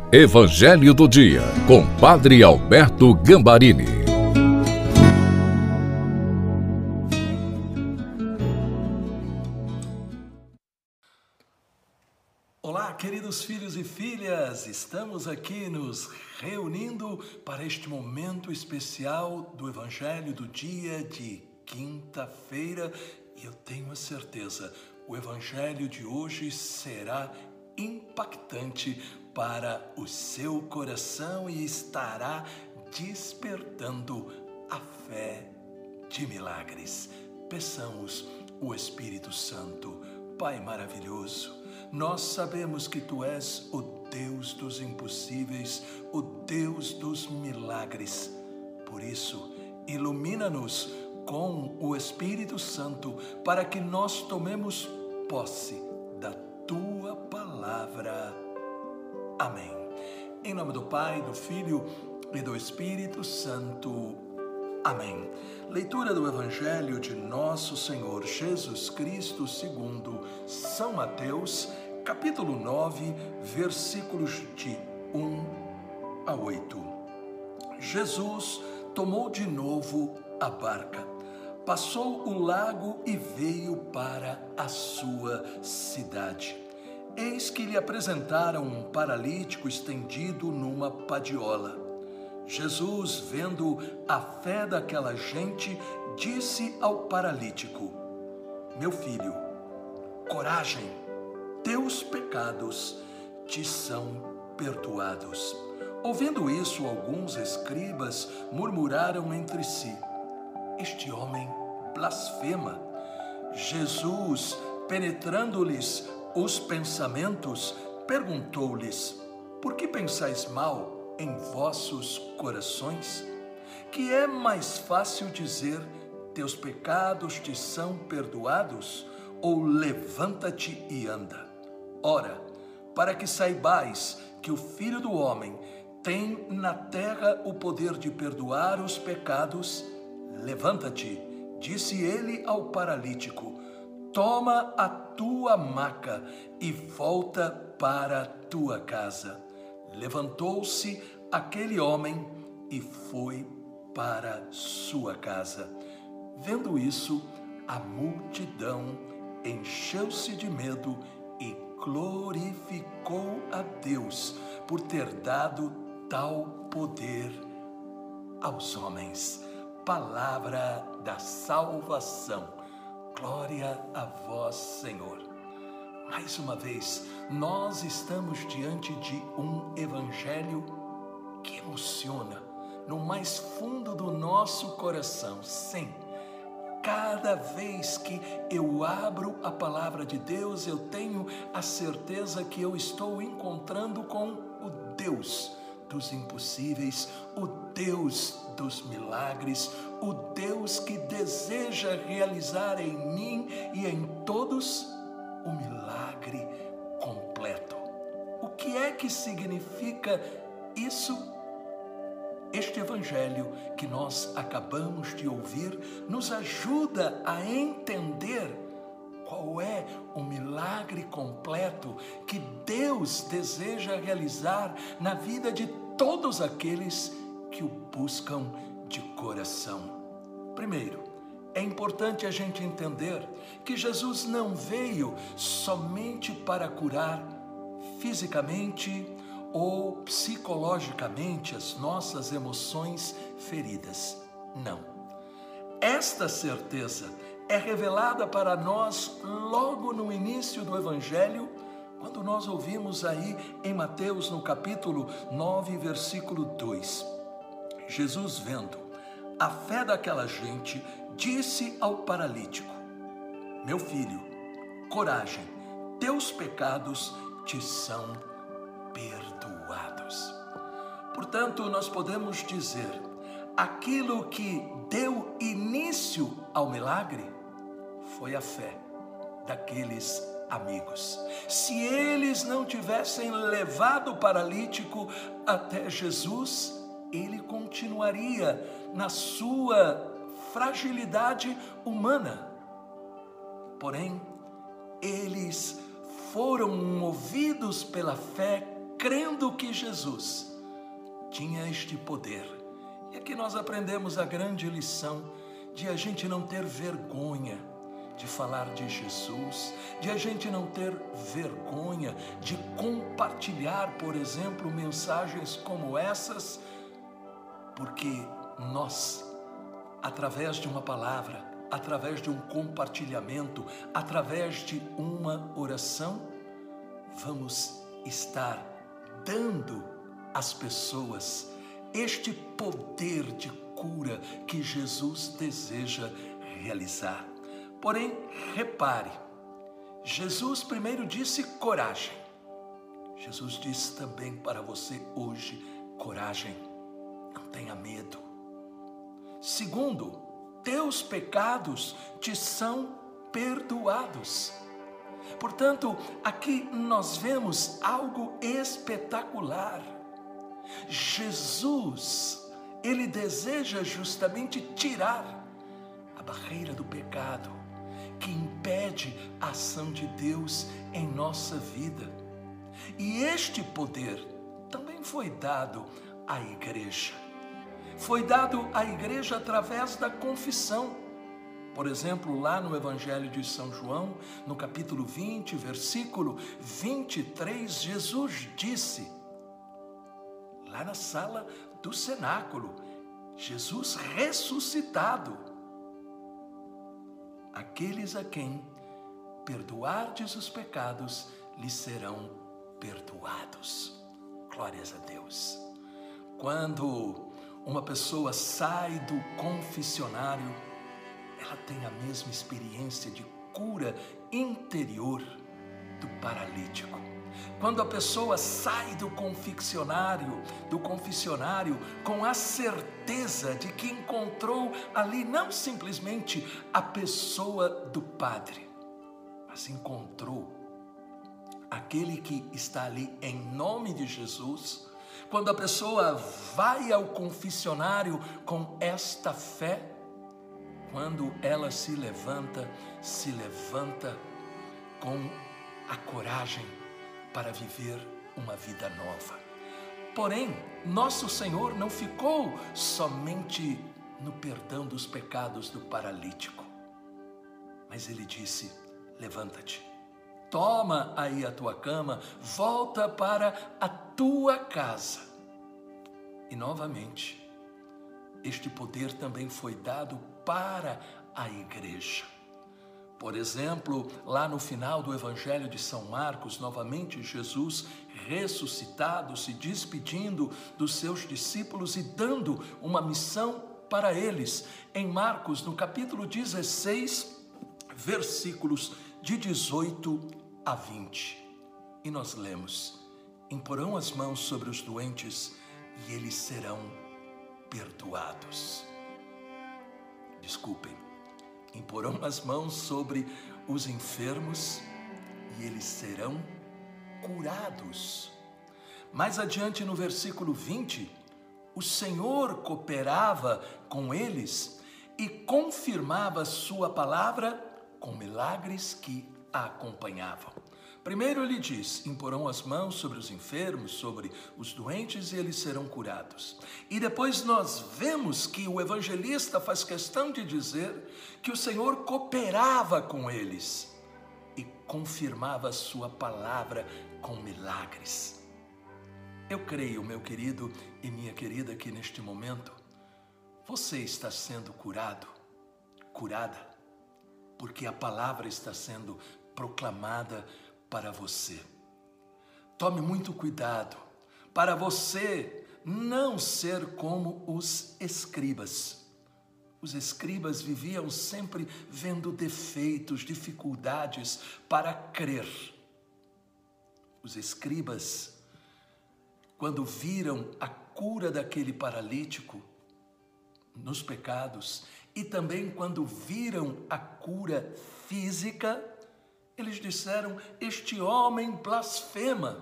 Evangelho do Dia, com Padre Alberto Gambarini. Olá, queridos filhos e filhas! Estamos aqui nos reunindo para este momento especial do Evangelho do Dia de quinta-feira. E eu tenho a certeza, o Evangelho de hoje será impactante para o seu coração e estará despertando a fé de milagres. Peçamos o Espírito Santo. Pai maravilhoso, nós sabemos que Tu és o Deus dos impossíveis, o Deus dos milagres. Por isso, ilumina-nos com o Espírito Santo para que nós tomemos posse da Tua palavra. Amém. Em nome do Pai, do Filho e do Espírito Santo. Amém. Leitura do Evangelho de Nosso Senhor Jesus Cristo segundo São Mateus, capítulo 9, versículos de 1 a 8. Jesus tomou de novo a barca, passou o lago e veio para a sua cidade. Eis que lhe apresentaram um paralítico estendido numa padiola. Jesus, vendo a fé daquela gente, disse ao paralítico: Meu filho, coragem, teus pecados te são perdoados. Ouvindo isso, alguns escribas murmuraram entre si: Este homem blasfema. Jesus, penetrando-lhes os pensamentos, perguntou-lhes: Por que pensais mal em vossos corações? Que é mais fácil dizer: Teus pecados te são perdoados, ou levanta-te e anda? Ora, para que saibais que o Filho do Homem tem na terra o poder de perdoar os pecados, levanta-te, disse ele ao paralítico, toma a tua maca e volta para a tua casa. Levantou-se aquele homem e foi para sua casa. Vendo isso, a multidão encheu-se de medo e glorificou a Deus por ter dado tal poder aos homens. Palavra da salvação. Glória a vós, Senhor. Mais uma vez, nós estamos diante de um evangelho que emociona no mais fundo do nosso coração. Sim, cada vez que eu abro a palavra de Deus, eu tenho a certeza que eu estou encontrando com o Deus dos impossíveis, o Deus dos milagres, o Deus que deseja realizar em mim e em todos o milagre completo. O que é que significa isso? Este evangelho que nós acabamos de ouvir nos ajuda a entender qual é o milagre completo que Deus deseja realizar na vida de todos aqueles que o buscam de coração. Primeiro, é importante a gente entender que Jesus não veio somente para curar fisicamente ou psicologicamente as nossas emoções feridas. Não. Esta certeza é revelada para nós logo no início do Evangelho, quando nós ouvimos aí em Mateus, no capítulo 9, versículo 2. Jesus, vendo a fé daquela gente, disse ao paralítico: Meu filho, coragem, teus pecados te são perdoados. Portanto, nós podemos dizer, aquilo que deu início ao milagre foi a fé daqueles amigos. Se eles não tivessem levado o paralítico até Jesus, ele continuaria na sua fragilidade humana. Porém, eles foram movidos pela fé crendo que Jesus tinha este poder. E aqui nós aprendemos a grande lição de a gente não ter vergonha de falar de Jesus, de a gente não ter vergonha de compartilhar, por exemplo, mensagens como essas, porque nós, através de uma palavra, através de um compartilhamento, através de uma oração, vamos estar dando às pessoas este poder de cura que Jesus deseja realizar. Porém, repare, Jesus primeiro disse coragem. Jesus disse também para você hoje, coragem, não tenha medo. Segundo, teus pecados te são perdoados. Portanto, aqui nós vemos algo espetacular. Jesus, ele deseja justamente tirar a barreira do pecado que impede a ação de Deus em nossa vida. E este poder também foi dado à igreja. Foi dado à igreja através da confissão. Por exemplo, lá no Evangelho de São João, no capítulo 20, versículo 23, Jesus disse, lá na sala do cenáculo, Jesus ressuscitado, aqueles a quem perdoardes os pecados, lhes serão perdoados. Glórias a Deus. Quando uma pessoa sai do confessionário, ela tem a mesma experiência de cura interior do paralítico. Quando a pessoa sai do confessionário com a certeza de que encontrou ali não simplesmente a pessoa do Padre, mas encontrou aquele que está ali em nome de Jesus. Quando a pessoa vai ao confessionário com esta fé, quando ela se levanta com a coragem para viver uma vida nova. Porém, nosso Senhor não ficou somente no perdão dos pecados do paralítico, mas Ele disse, levanta-te, toma aí a tua cama, volta para a tua casa. E novamente, este poder também foi dado para a igreja. Por exemplo, lá no final do Evangelho de São Marcos, novamente Jesus ressuscitado, se despedindo dos seus discípulos e dando uma missão para eles. Em Marcos, no capítulo 16, versículos de 18 a 20. E nós lemos, imporão as mãos sobre os doentes e eles serão perdoados. Desculpem. Imporão as mãos sobre os enfermos e eles serão curados. Mais adiante no versículo 20, o Senhor cooperava com eles e confirmava sua palavra com milagres que a acompanhavam. Primeiro ele diz, imporão as mãos sobre os enfermos, sobre os doentes e eles serão curados. E depois nós vemos que o evangelista faz questão de dizer que o Senhor cooperava com eles e confirmava a sua palavra com milagres. Eu creio, meu querido e minha querida, que neste momento você está sendo curado, curada, porque a palavra está sendo proclamada para você. Tome muito cuidado para você não ser como os escribas. Os escribas viviam sempre vendo defeitos, dificuldades para crer. Os escribas, quando viram a cura daquele paralítico nos pecados e também quando viram a cura física, eles disseram, este homem blasfema.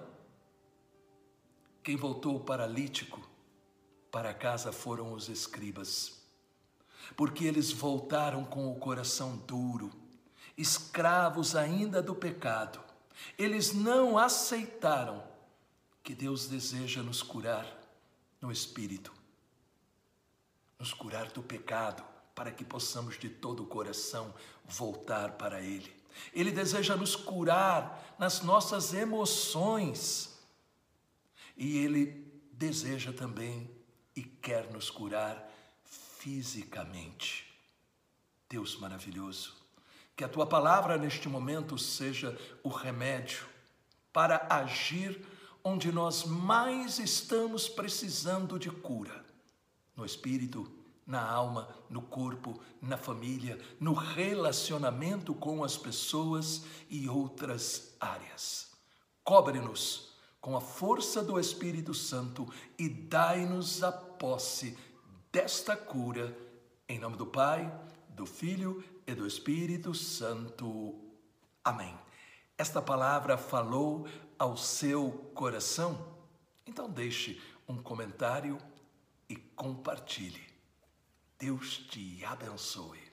Quem voltou paralítico para casa foram os escribas, porque eles voltaram com o coração duro, escravos ainda do pecado. Eles não aceitaram que Deus deseja nos curar no espírito, nos curar do pecado, para que possamos de todo o coração voltar para Ele. Ele deseja nos curar nas nossas emoções. E Ele deseja também e quer nos curar fisicamente. Deus maravilhoso, que a Tua palavra neste momento seja o remédio para agir onde nós mais estamos precisando de cura, no espírito, na alma, no corpo, na família, no relacionamento com as pessoas e outras áreas. Cobre-nos com a força do Espírito Santo e dai-nos a posse desta cura, em nome do Pai, do Filho e do Espírito Santo. Amém. Esta palavra falou ao seu coração? Então deixe um comentário e compartilhe. Deus te abençoe.